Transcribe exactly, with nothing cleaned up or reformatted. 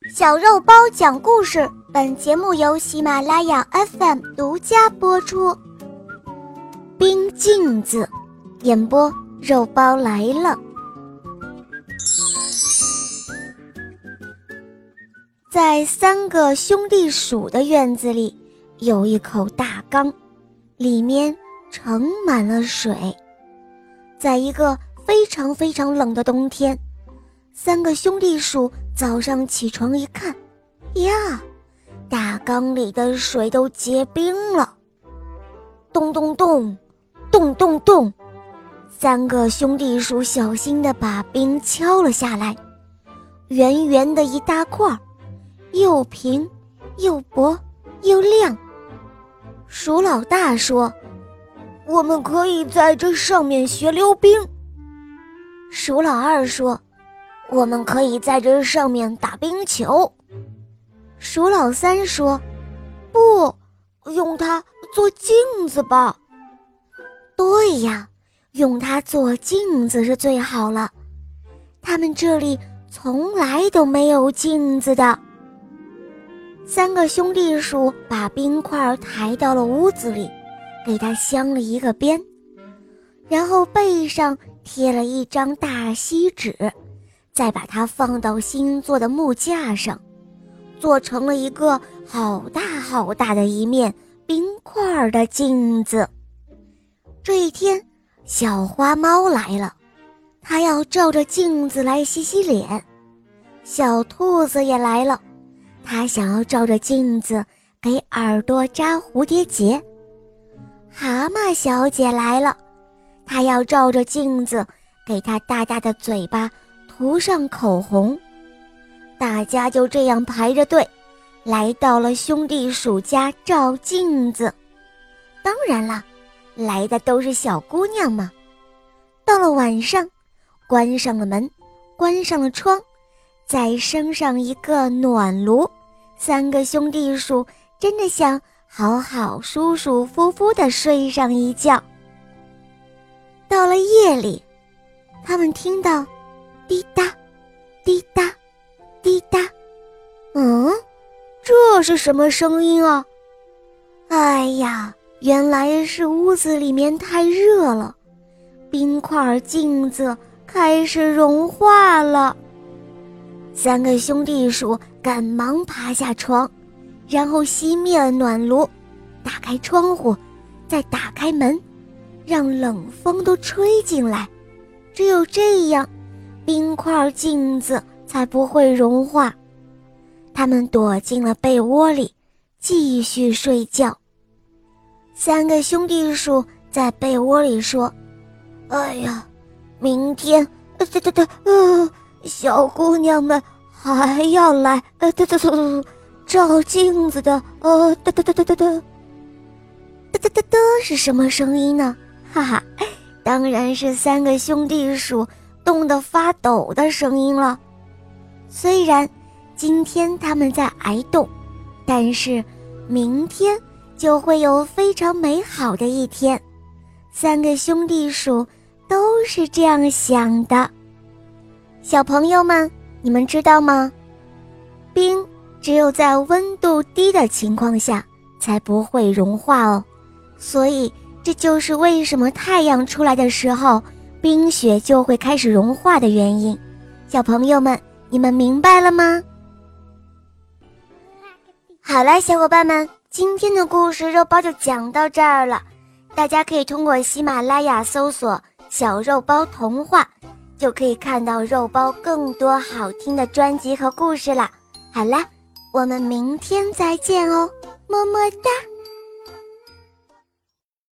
小肉包讲故事，本节目由喜马拉雅 F M 独家播出。冰镜子，演播肉包来了。在三个兄弟鼠的院子里，有一口大缸，里面盛满了水。在一个非常非常冷的冬天，三个兄弟鼠早上起床一看，呀，大缸里的水都结冰了。咚咚咚，咚咚咚，三个兄弟鼠小心地把冰敲了下来，圆圆的一大块，又平又薄又亮。鼠老大说，我们可以在这上面学溜冰。鼠老二说，我们可以在这上面打冰球。鼠老三说，不，用它做镜子吧。对呀，用它做镜子是最好了，他们这里从来都没有镜子的。三个兄弟鼠把冰块抬到了屋子里，给它镶了一个边，然后背上贴了一张大锡纸，再把它放到新做的木架上，做成了一个好大好大的一面冰块的镜子。这一天，小花猫来了，它要照着镜子来洗洗脸。小兔子也来了，它想要照着镜子给耳朵扎蝴蝶结。蛤蟆小姐来了，她要照着镜子给她大大的嘴巴涂上口红。大家就这样排着队来到了兄弟鼠家照镜子。当然啦，来的都是小姑娘嘛。到了晚上，关上了门，关上了窗，再生上一个暖炉，三个兄弟鼠真的想好好舒舒服服地睡上一觉。到了夜里，他们听到滴答滴答滴答，嗯，这是什么声音啊？哎呀，原来是屋子里面太热了，冰块镜子开始融化了。三个兄弟鼠赶忙爬下床，然后熄灭了暖炉，打开窗户，再打开门，让冷风都吹进来。只有这样，冰块镜子才不会融化。他们躲进了被窝里，继续睡觉。三个兄弟鼠在被窝里说，哎呀，明天呃对对对呃小姑娘们还要来呃对对对照镜子的呃哒哒哒哒哒哒哒哒哒哒是什么声音呢？哈哈，当然是三个兄弟鼠冻得发抖的声音了。虽然今天他们在挨冻，但是明天就会有非常美好的一天。三个兄弟鼠都是这样想的。小朋友们，你们知道吗？冰只有在温度低的情况下才不会融化哦，所以这就是为什么太阳出来的时候，冰雪就会开始融化的原因。小朋友们，你们明白了吗？好了，小伙伴们，今天的故事肉包就讲到这儿了。大家可以通过喜马拉雅搜索小肉包童话，就可以看到肉包更多好听的专辑和故事了。好啦，我们明天再见哦，么么哒。